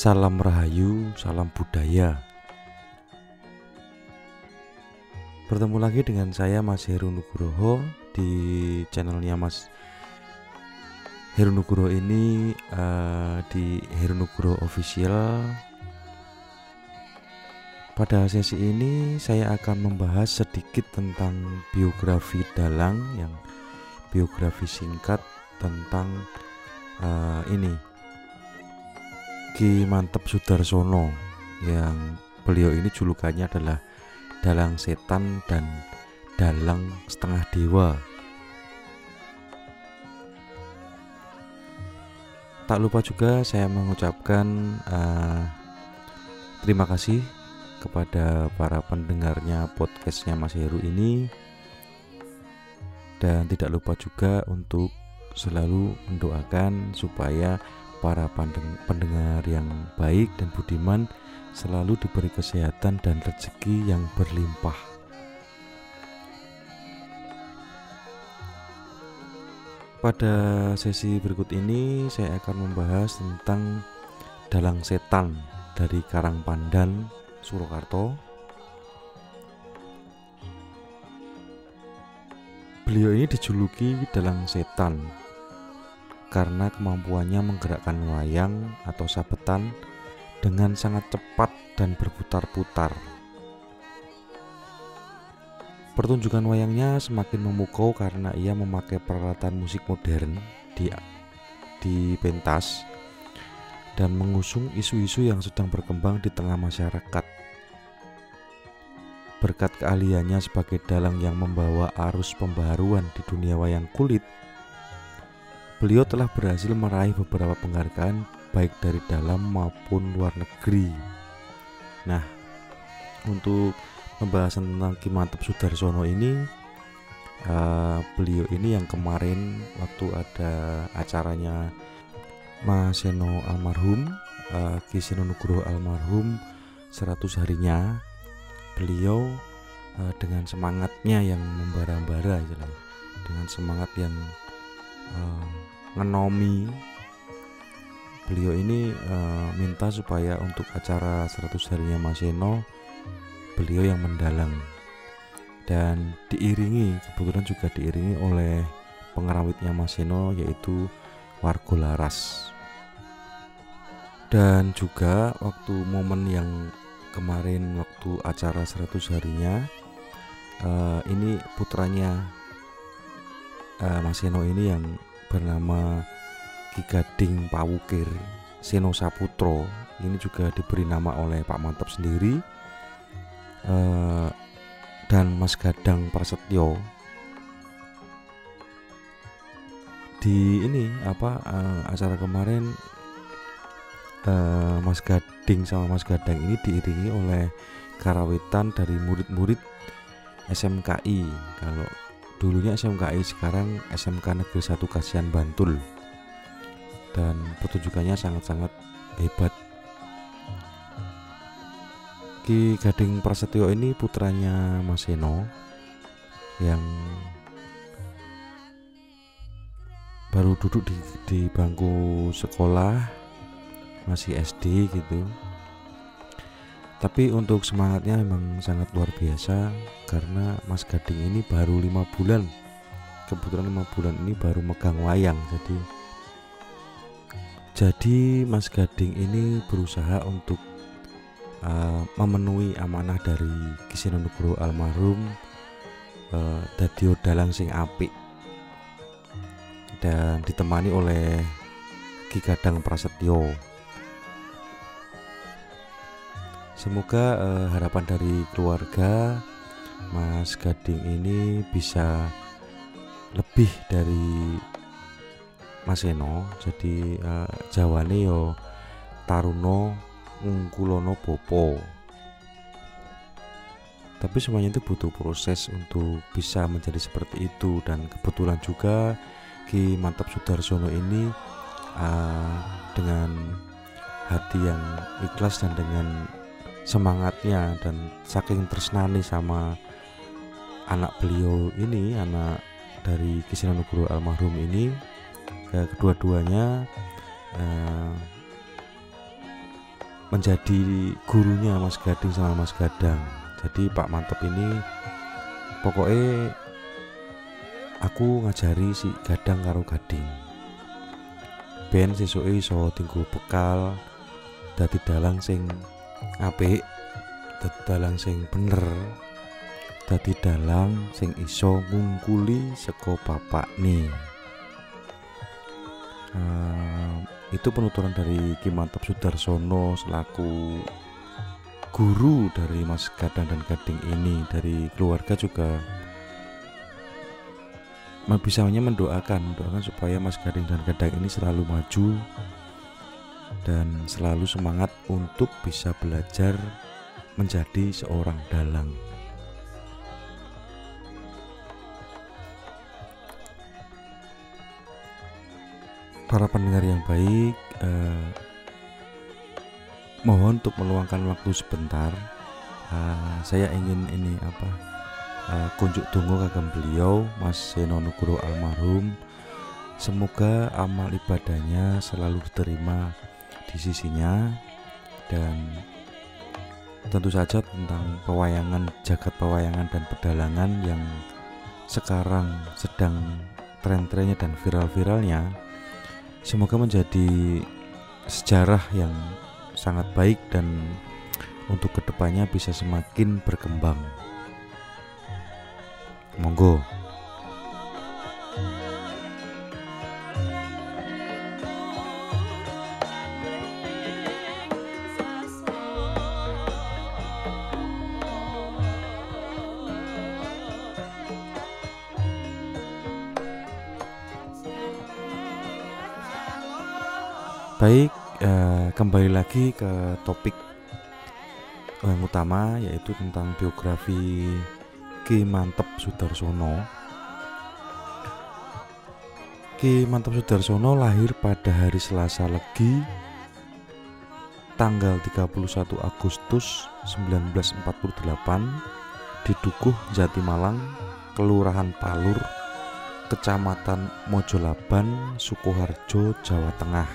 Salam Rahayu, salam budaya. Bertemu lagi dengan saya Mas Heru Nugroho di channelnya Mas Heru Nugroho ini, di Heru Nugroho Official. Pada sesi ini saya akan membahas sedikit tentang biografi dalang, yang biografi singkat tentang Ki Mantep Sudarsono, yang beliau ini julukannya adalah dalang setan dan dalang setengah dewa. Tak lupa juga saya mengucapkan terima kasih kepada para pendengarnya podcastnya Mas Heru ini, dan tidak lupa juga untuk selalu mendoakan supaya para pendengar yang baik dan budiman selalu diberi kesehatan dan rezeki yang berlimpah. Pada sesi berikut ini saya akan membahas tentang dalang setan dari Karangpandan, Surakarta. Beliau ini dijuluki dalang setan karena kemampuannya menggerakkan wayang atau sabetan dengan sangat cepat dan berputar-putar. Pertunjukan wayangnya semakin memukau karena ia memakai peralatan musik modern di pentas dan mengusung isu-isu yang sedang berkembang di tengah masyarakat. Berkat keahliannya sebagai dalang yang membawa arus pembaharuan di dunia wayang kulit, beliau telah berhasil meraih beberapa penghargaan baik dari dalam maupun luar negeri. Nah, untuk pembahasan tentang Ki Mantep Sudarsono ini, beliau ini yang kemarin waktu ada acaranya Mas Seno almarhum, Ki Seno Nugroho almarhum 100 harinya, beliau dengan semangatnya yang membara-bara, dengan semangat yang ngenomi, beliau ini minta supaya untuk acara 100 harinya Mas Seno, beliau yang mendalang, dan kebetulan juga diiringi oleh pengerawitnya Mas Seno, yaitu Wargo Laras. Dan juga waktu momen yang kemarin waktu acara 100 harinya, ini putranya Mas Seno ini yang bernama Ki Gading Pawukir Seno Saputro, ini juga diberi nama oleh Pak Mantep sendiri, dan Mas Gadang Prasetyo. Di acara kemarin, Mas Gading sama Mas Gadang ini diiringi oleh karawitan dari murid-murid SMKI. Kalau dulunya SMKI, sekarang SMK Negeri 1 Kasihan Bantul, dan pertunjukannya sangat-sangat hebat. Ki Gading Prasetyo ini putranya Mas Seno yang baru duduk di bangku sekolah, masih SD gitu. Tapi untuk semangatnya memang sangat luar biasa, karena Mas Gading ini baru 5 bulan, kebetulan 5 bulan ini baru megang wayang. Jadi Mas Gading ini berusaha untuk memenuhi amanah dari Ki Seno Nugroho almarhum, dadio dalang sing apik, dan ditemani oleh Ki Gadang Prasetyo. Semoga harapan dari keluarga Mas Gading ini bisa lebih dari Mas Seno. Jadi Jawane yo Taruno Ngungkulono Bopo. Tapi semuanya itu butuh proses untuk bisa menjadi seperti itu, dan kebetulan juga Ki Mantep Sudarsono ini dengan hati yang ikhlas dan dengan semangatnya dan saking tresnani sama anak beliau ini, anak dari Ki Seno Nugroho almarhum ini, kedua-duanya menjadi gurunya Mas Gading sama Mas Gadang. Jadi Pak Mantep ini pokoknya aku ngajari si Gadang karo Gading ben sesuke iso tinggu bekal dadi dalang sing apik, dadi dalang sing bener, dadi dalang sing iso ngungkuli saka bapakne. Itu penuturan dari Ki Mantep Sudarsono selaku guru dari Mas Gadang dan Gading ini. Dari keluarga juga bisanya mendoakan supaya Mas Gading dan Gadang ini selalu maju dan selalu semangat untuk bisa belajar menjadi seorang dalang. Para pendengar yang baik, mohon untuk meluangkan waktu sebentar. Saya ingin kunjuk tunggu kagem beliau Mas Seno Nugro almarhum. Semoga amal ibadahnya selalu diterima di sisinya, dan tentu saja tentang pewayangan, jagat pewayangan dan pedalangan yang sekarang sedang tren-trennya dan viral-viralnya, semoga menjadi sejarah yang sangat baik dan untuk kedepannya bisa semakin berkembang. Monggo. Baik, kembali lagi ke topik yang utama, yaitu tentang biografi Ki Mantep Sudarsono. Ki Mantep Sudarsono lahir pada hari Selasa Legi tanggal 31 Agustus 1948 di Dukuh Jatimalang, Kelurahan Palur, Kecamatan Mojolaban, Sukoharjo, Jawa Tengah.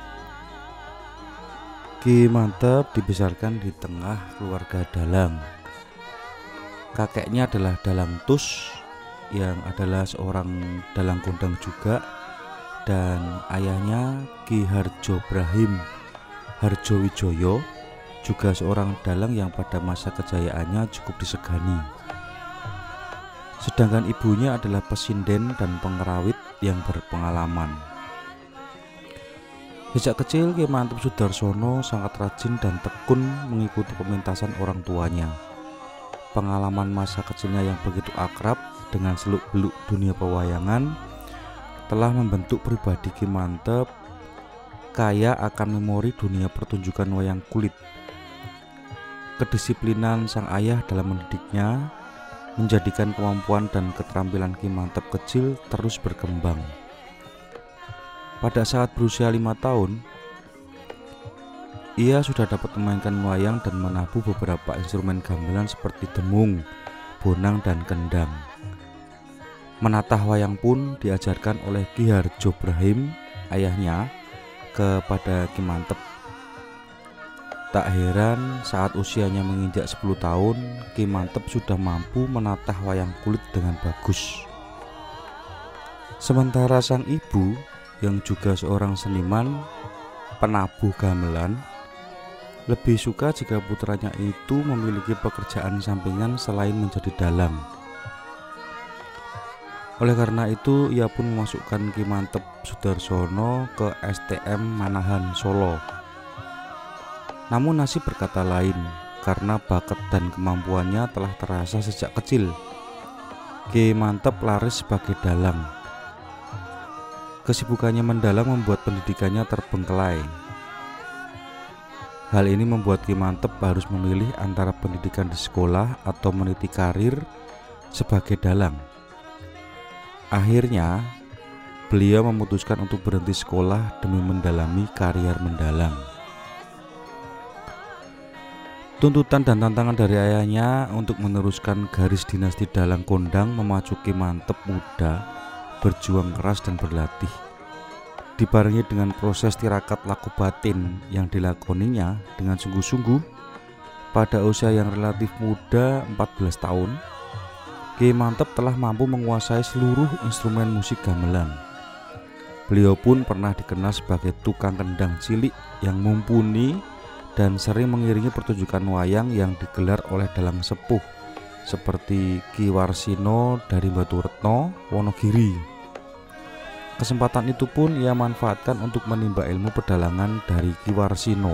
Ki Mantep dibesarkan di tengah keluarga dalang. Kakeknya adalah dalang tus yang adalah seorang dalang kondang juga, dan ayahnya Ki Harjo Brahim Harjowijoyo juga seorang dalang yang pada masa kejayaannya cukup disegani. Sedangkan ibunya adalah pesinden dan pengerawit yang berpengalaman. Sejak kecil Ki Mantep Sudarsono sangat rajin dan tekun mengikuti pementasan orang tuanya. Pengalaman masa kecilnya yang begitu akrab dengan seluk-beluk dunia pewayangan telah membentuk pribadi Ki Mantep kaya akan memori dunia pertunjukan wayang kulit. Kedisiplinan sang ayah dalam mendidiknya menjadikan kemampuan dan keterampilan Ki Mantep kecil terus berkembang. Pada saat berusia 5 tahun, ia sudah dapat memainkan wayang dan menabuh beberapa instrumen gamelan seperti demung, bonang, dan kendang. Menatah wayang pun diajarkan oleh Ki Harjo Brahim, ayahnya, kepada Ki Mantep. Tak heran saat usianya menginjak 10 tahun, Ki Mantep sudah mampu menatah wayang kulit dengan bagus. Sementara sang ibu, yang juga seorang seniman penabuh gamelan, lebih suka jika putranya itu memiliki pekerjaan sampingan selain menjadi dalang. Oleh karena itu, ia pun memasukkan Ki Mantep Sudarsono ke STM Manahan Solo. Namun nasib berkata lain, karena bakat dan kemampuannya telah terasa sejak kecil. Ki Mantep laris sebagai dalang. Kesibukannya mendalang membuat pendidikannya terbengkelai. Hal ini membuat Ki Mantep harus memilih antara pendidikan di sekolah atau meniti karir sebagai dalang. Akhirnya, beliau memutuskan untuk berhenti sekolah demi mendalami karier mendalang. Tuntutan dan tantangan dari ayahnya untuk meneruskan garis dinasti dalang kondang memacu Ki Mantep muda berjuang keras dan berlatih. dibarengi dengan proses tirakat laku batin yang dilakoninya dengan sungguh-sungguh pada usia yang relatif muda 14 tahun, Ki Mantep telah mampu menguasai seluruh instrumen musik gamelan. Beliau pun pernah dikenal sebagai tukang kendang cilik yang mumpuni dan sering mengiringi pertunjukan wayang yang digelar oleh dalang sepuh seperti Ki Warsino dari Baturetno, Wonogiri. Kesempatan itu pun ia manfaatkan untuk menimba ilmu pedalangan dari Ki Warsino.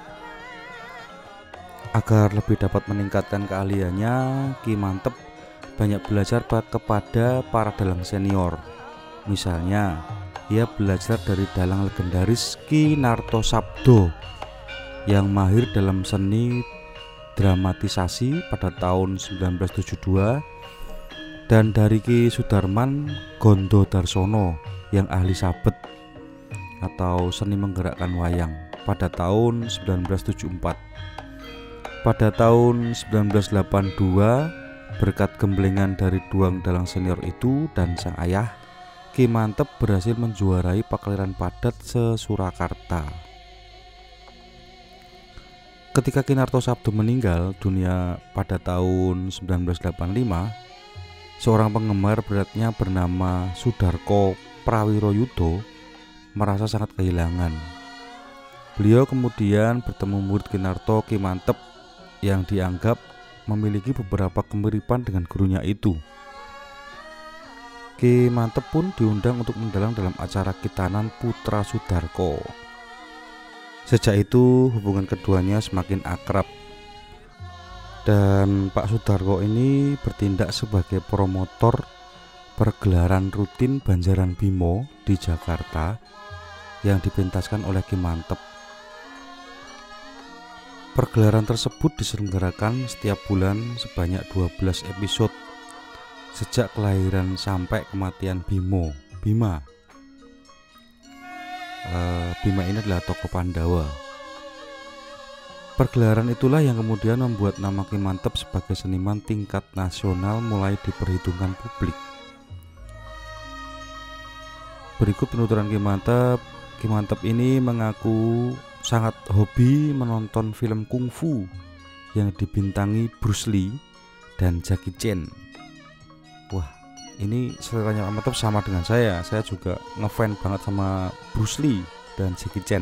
Agar lebih dapat meningkatkan keahliannya, Ki Mantep banyak belajar kepada para dalang senior. Misalnya, ia belajar dari dalang legendaris Ki Nartosabdo yang mahir dalam seni dramatisasi pada tahun 1972, dan dari Ki Sudarman Gondo Darsono yang ahli sabet atau seni menggerakkan wayang pada tahun 1974. Pada tahun 1982, berkat gemblengan dari dua dalang senior itu dan sang ayah, Ki Mantep berhasil menjuarai Pakliran Padat se-Surakarta. Ketika Ki Nartosabdo meninggal dunia pada tahun 1985, seorang penggemar beratnya bernama Sudarko Prawiroyudo merasa sangat kehilangan. Beliau kemudian bertemu murid Ki Narto, Ki Mantep, yang dianggap memiliki beberapa kemiripan dengan gurunya itu. Ki Mantep pun diundang untuk mendalang dalam acara Kitanan Putra Sudarko. Sejak itu hubungan keduanya semakin akrab, dan Pak Sudarko ini bertindak sebagai promotor pergelaran rutin Banjaran Bimo di Jakarta yang dipentaskan oleh Ki Mantep. Pergelaran tersebut diselenggarakan setiap bulan sebanyak 12 episode sejak kelahiran sampai kematian Bima. Bima ini adalah tokoh Pandawa. Pergelaran itulah yang kemudian membuat nama Ki Mantep sebagai seniman tingkat nasional mulai diperhitungkan publik. Berikut penuturan Ki Mantep. Ki Mantep ini mengaku sangat hobi menonton film kungfu yang dibintangi Bruce Lee dan Jackie Chan. Wah, ini seleranya Pak Mantep sama dengan saya. Saya juga ngefans banget sama Bruce Lee dan Jackie Chan.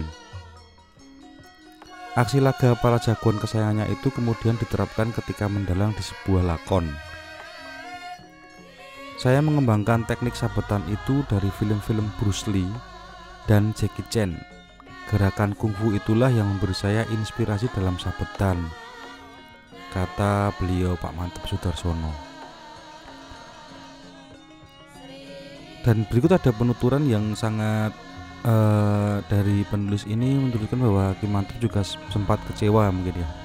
Aksi laga para jagoan kesayangannya itu kemudian diterapkan ketika mendalang di sebuah lakon. Saya mengembangkan teknik sabetan itu dari film-film Bruce Lee dan Jackie Chan. Gerakan kungfu itulah yang memberi saya inspirasi dalam sabetan, kata beliau Pak Mantep Sudarsono. Dan berikut ada penuturan yang sangat dari penulis ini menunjukkan bahwa Ki Mantep juga sempat kecewa mungkin ya.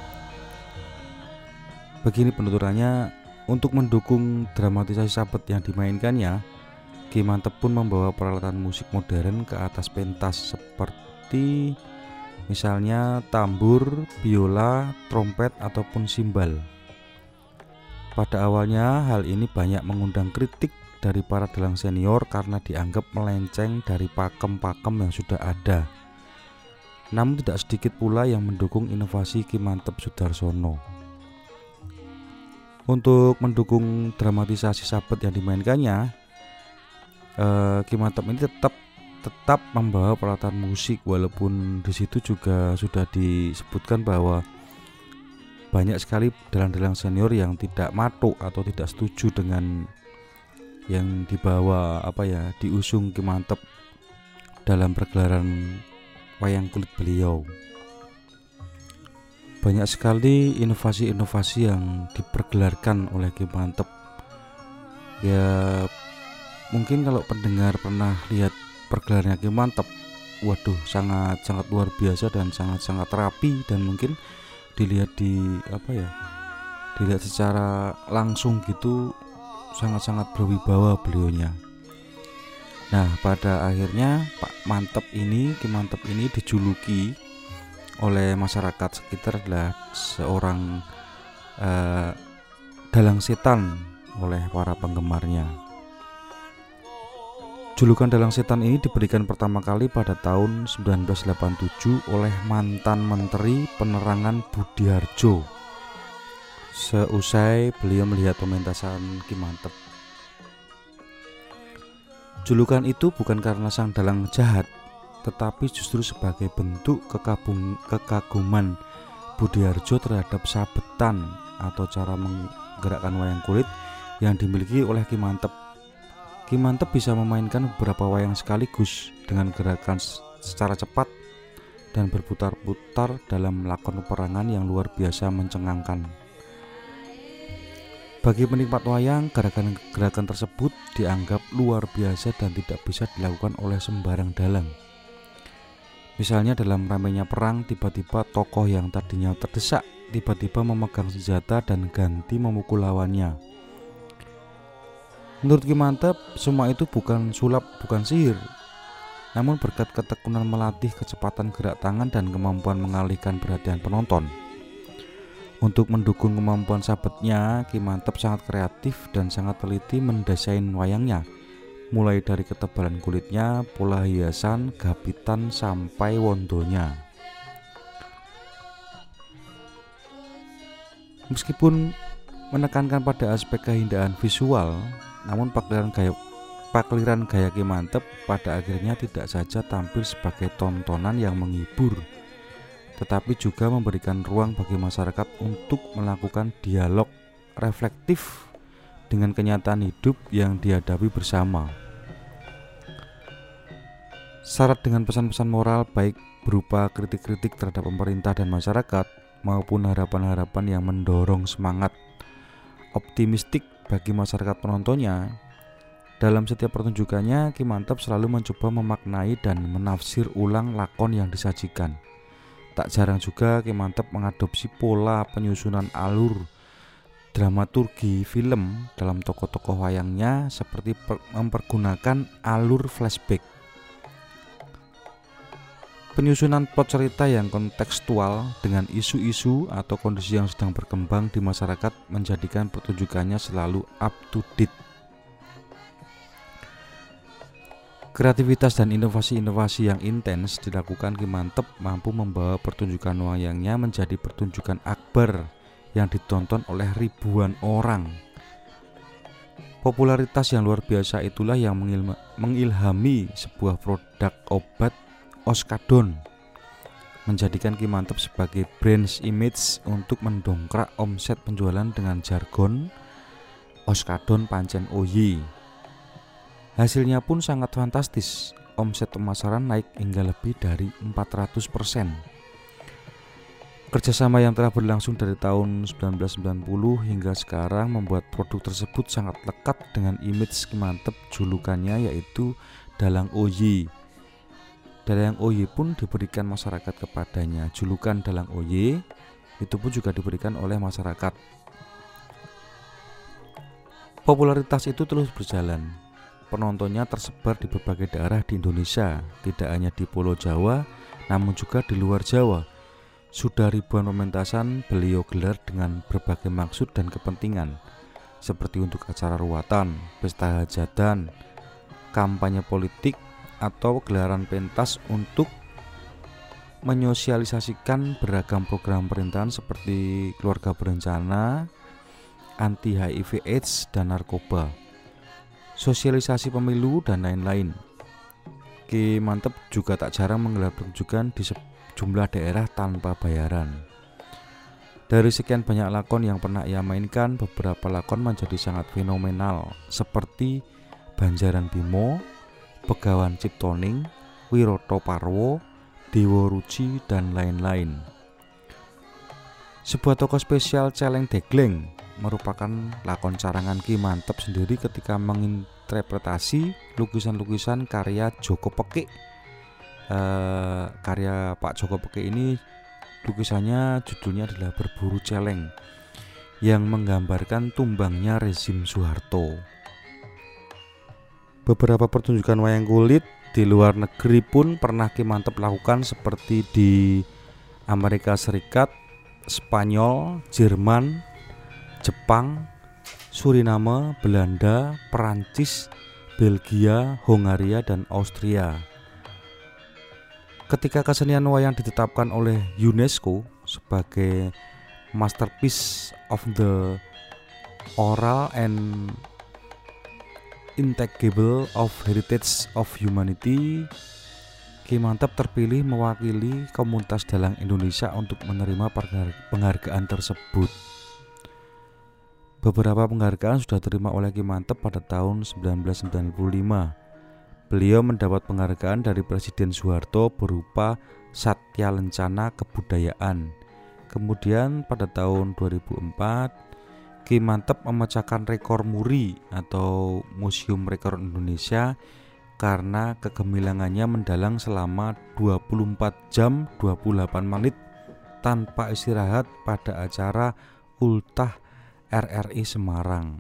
Begini penuturannya, untuk mendukung dramatisasi sabet yang dimainkannya, Ki Mantep pun membawa peralatan musik modern ke atas pentas seperti misalnya tambur, biola, trompet, ataupun simbal. Pada awalnya hal ini banyak mengundang kritik dari para dalang senior karena dianggap melenceng dari pakem-pakem yang sudah ada. Namun tidak sedikit pula yang mendukung inovasi Ki Mantep Sudarsono. Untuk mendukung dramatisasi sabet yang dimainkannya, Ki Mantep ini tetap membawa peralatan musik, walaupun di situ juga sudah disebutkan bahwa banyak sekali dalang-dalang senior yang tidak matuk atau tidak setuju dengan yang dibawa diusung Ki Mantep dalam pergelaran wayang kulit beliau. Banyak sekali inovasi-inovasi yang dipergelarkan oleh Ki Mantep. Ya mungkin kalau pendengar pernah lihat pergelarannya Ki Mantep, waduh sangat luar biasa dan sangat rapi, dan mungkin dilihat dilihat secara langsung gitu sangat berwibawa beliaunya. Nah, pada akhirnya Ki Mantep ini dijuluki oleh masyarakat sekitar adalah seorang dalang setan oleh para penggemarnya. Julukan Dalang Setan ini diberikan pertama kali pada tahun 1987 oleh mantan Menteri Penerangan Budiharjo seusai beliau melihat pementasan Ki Mantep. Julukan itu bukan karena sang dalang jahat, tetapi justru sebagai bentuk kekaguman Budiharjo terhadap sabetan atau cara menggerakkan wayang kulit yang dimiliki oleh Ki Mantep. Ki Mantep bisa memainkan beberapa wayang sekaligus dengan gerakan secara cepat dan berputar-putar dalam lakon peperangan yang luar biasa mencengangkan. Bagi penikmat wayang, gerakan-gerakan tersebut dianggap luar biasa dan tidak bisa dilakukan oleh sembarang dalang. Misalnya dalam ramainya perang, tiba-tiba tokoh yang tadinya terdesak tiba-tiba memegang senjata dan ganti memukul lawannya. Menurut Ki Mantep, semua itu bukan sulap, bukan sihir, namun berkat ketekunan melatih kecepatan gerak tangan dan kemampuan mengalihkan perhatian penonton. Untuk mendukung kemampuan sabetnya, Ki Mantep sangat kreatif dan sangat teliti mendesain wayangnya, mulai dari ketebalan kulitnya, pola hiasan, gapitan, sampai wondonya. Meskipun menekankan pada aspek keindahan visual, namun pakliran gaya Ki Mantep pada akhirnya tidak saja tampil sebagai tontonan yang menghibur, tetapi juga memberikan ruang bagi masyarakat untuk melakukan dialog reflektif dengan kenyataan hidup yang dihadapi bersama. Syarat dengan pesan-pesan moral baik berupa kritik-kritik terhadap pemerintah dan masyarakat maupun harapan-harapan yang mendorong semangat optimistik bagi masyarakat penontonnya. Dalam setiap pertunjukannya, Ki Mantep selalu mencoba memaknai dan menafsir ulang lakon yang disajikan. Tak jarang juga Ki Mantep mengadopsi pola penyusunan alur dramaturgi film dalam tokoh-tokoh wayangnya, seperti mempergunakan alur flashback. Penyusunan plot cerita yang kontekstual dengan isu-isu atau kondisi yang sedang berkembang di masyarakat menjadikan pertunjukannya selalu up to date. Kreativitas dan inovasi-inovasi yang intens dilakukan Ki Mantep mampu membawa pertunjukan wayangnya menjadi pertunjukan akbar yang ditonton oleh ribuan orang. Popularitas yang luar biasa itulah yang mengilhami sebuah produk obat Oskadon, menjadikan Ki Mantep sebagai brand image untuk mendongkrak omset penjualan dengan jargon Oskadon pancen oye. Hasilnya pun sangat fantastis, omset pemasaran naik hingga lebih dari 400%. Kerjasama yang telah berlangsung dari tahun 1990 hingga sekarang membuat produk tersebut sangat lekat dengan image Ki Mantep. Julukannya yaitu Dalang Oye. Dalang Oye pun diberikan masyarakat kepadanya. Julukan Dalang Oye itu pun juga diberikan oleh masyarakat. Popularitas itu terus berjalan. Penontonnya tersebar di berbagai daerah di Indonesia, tidak hanya di Pulau Jawa, namun juga di luar Jawa. Sudah ribuan pementasan beliau gelar dengan berbagai maksud dan kepentingan, seperti untuk acara ruatan, pesta hajatan, kampanye politik, atau gelaran pentas untuk menyosialisasikan beragam program pemerintahan seperti keluarga berencana, anti HIV AIDS dan narkoba, sosialisasi pemilu dan lain-lain. Ki Mantep juga tak jarang menggelar pertunjukan di sejumlah daerah tanpa bayaran. Dari sekian banyak lakon yang pernah ia mainkan, beberapa lakon menjadi sangat fenomenal seperti Banjaran Bimo, Begawan Ciptoning, Wiroto Parwo, Dewa Ruci, dan lain-lain. Sebuah tokoh spesial Celeng Degleng merupakan lakon carangan Ki Mantep sendiri ketika menginterpretasi lukisan-lukisan karya Joko Pekik. Karya Pak Joko Pekik ini lukisannya judulnya adalah Berburu Celeng, yang menggambarkan tumbangnya rezim Soeharto. Beberapa pertunjukan wayang kulit di luar negeri pun pernah Ki Mantep lakukan, seperti di Amerika Serikat, Spanyol, Jerman, Jepang, Suriname, Belanda, Perancis, Belgia, Hongaria, dan Austria. Ketika kesenian wayang ditetapkan oleh UNESCO sebagai Masterpiece of the Oral and Intangible of Heritage of Humanity, Ki Mantep terpilih mewakili komunitas dalang Indonesia untuk menerima penghargaan tersebut. Beberapa penghargaan sudah diterima oleh Ki Mantep pada tahun 1995. Beliau mendapat penghargaan dari Presiden Soeharto berupa Satya Lencana Kebudayaan. Kemudian pada tahun 2004, Ki Mantep memecahkan rekor muri atau Museum Rekor Indonesia karena kegemilangannya mendalang selama 24 jam 28 menit tanpa istirahat pada acara Ultah RRI Semarang.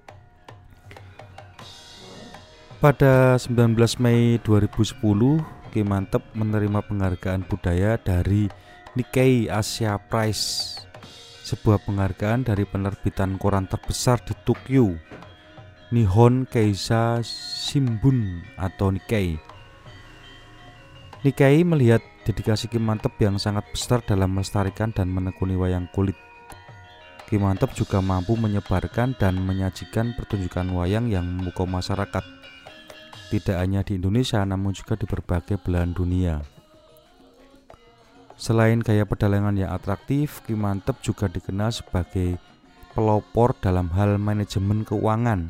Pada 19 Mei 2010, Ki Mantep menerima penghargaan budaya dari Nikkei Asia Prize, sebuah penghargaan dari penerbitan koran terbesar di Tokyo, Nihon Keizai Shimbun atau Nikkei. Nikkei melihat dedikasi Ki Mantep yang sangat besar dalam melestarikan dan menekuni wayang kulit. Ki Mantep juga mampu menyebarkan dan menyajikan pertunjukan wayang yang memukau masyarakat, tidak hanya di Indonesia namun juga di berbagai belahan dunia. Selain gaya pedalangan yang atraktif, Ki Mantep juga dikenal sebagai pelopor dalam hal manajemen keuangan.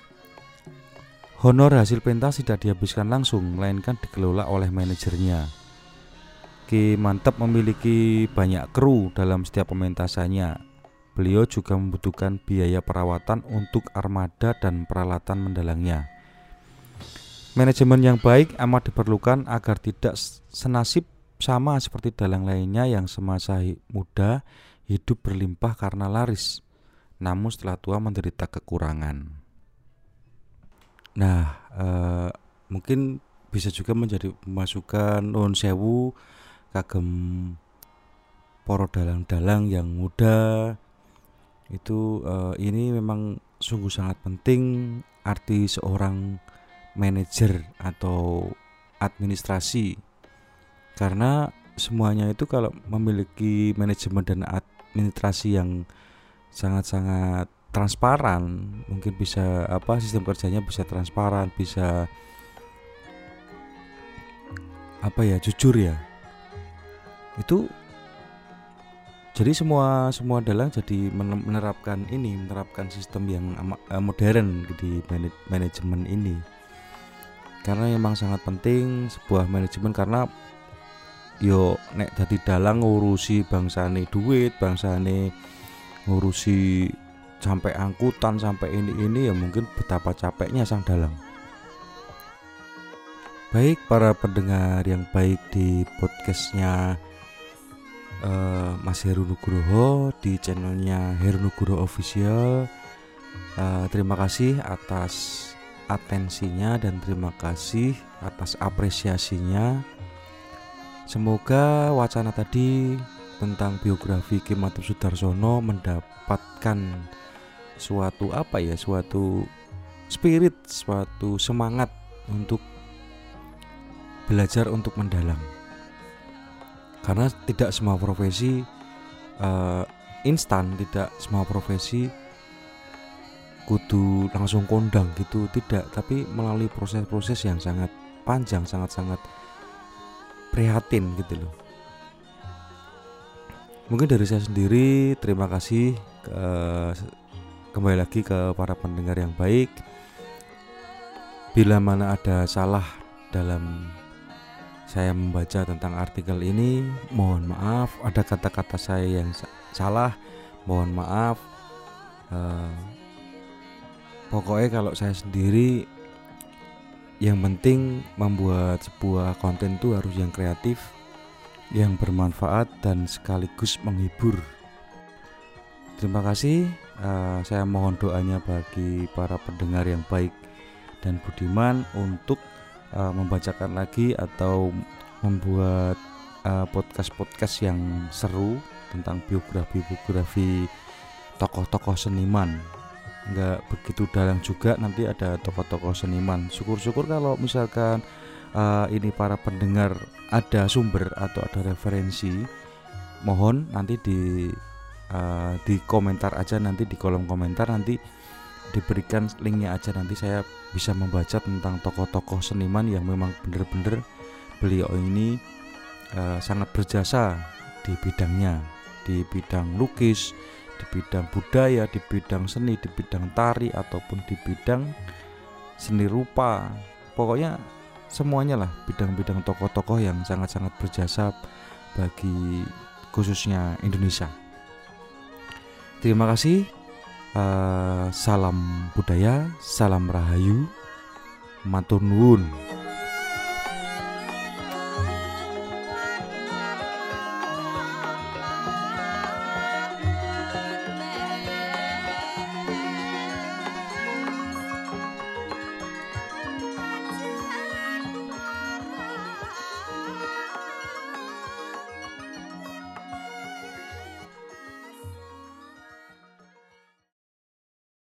Honor hasil pentas tidak dihabiskan langsung, melainkan dikelola oleh manajernya. Ki Mantep memiliki banyak kru dalam setiap pementasannya. Beliau juga membutuhkan biaya perawatan untuk armada dan peralatan mendalangnya. Manajemen yang baik amat diperlukan agar tidak senasib sama seperti dalang lainnya yang semasa muda hidup berlimpah karena laris, namun setelah tua menderita kekurangan. Nah, mungkin bisa juga menjadi masukan nuwun sewu kagem para dalang-dalang yang muda. Itu ini memang sungguh sangat penting arti seorang manajer atau administrasi, karena semuanya itu kalau memiliki manajemen dan administrasi yang sangat-sangat transparan, mungkin bisa sistem kerjanya bisa transparan, bisa jujur ya. Itu jadi semua dalang jadi menerapkan sistem yang modern di manajemen ini, karena memang sangat penting sebuah manajemen. Karena nek dadi dalang ngurusi bangsane duit, bangsane ngurusi sampai angkutan, sampai ini ya mungkin betapa capeknya sang dalang. Baik para pendengar yang baik di podcastnya Mas Heru Nugroho di channelnya Heru Nugroho Official. Terima kasih atas atensinya dan terima kasih atas apresiasinya. Semoga wacana tadi tentang biografi Ki Mantep Soedarsono mendapatkan suatu spirit, suatu semangat untuk belajar untuk mendalam. Karena tidak semua profesi instan, tidak semua profesi kudu langsung kondang gitu, tidak, tapi melalui proses-proses yang sangat panjang, sangat-sangat prihatin gitu loh. Mungkin dari saya sendiri, terima kasih kembali lagi ke para pendengar yang baik. Bila mana ada salah dalam saya membaca tentang artikel ini, mohon maaf. Ada kata-kata saya yang salah, mohon maaf. Pokoknya kalau saya sendiri, yang penting membuat sebuah konten itu harus yang kreatif, yang bermanfaat dan sekaligus menghibur. Terima kasih. Saya mohon doanya bagi para pendengar yang baik dan budiman untuk membacakan lagi atau membuat podcast-podcast yang seru tentang biografi tokoh-tokoh seniman nggak begitu dalam juga, nanti ada tokoh-tokoh seniman. Syukur-syukur kalau misalkan ini para pendengar ada sumber atau ada referensi, mohon nanti di komentar aja, nanti di kolom komentar nanti diberikan linknya aja, nanti saya bisa membaca tentang tokoh-tokoh seniman yang memang benar-benar beliau ini sangat berjasa di bidangnya, di bidang lukis, di bidang budaya, di bidang seni, di bidang tari, ataupun di bidang seni rupa. Pokoknya semuanya lah, bidang-bidang tokoh-tokoh yang sangat-sangat berjasa bagi khususnya Indonesia. Terima kasih. Salam budaya, salam rahayu, matur nuwun.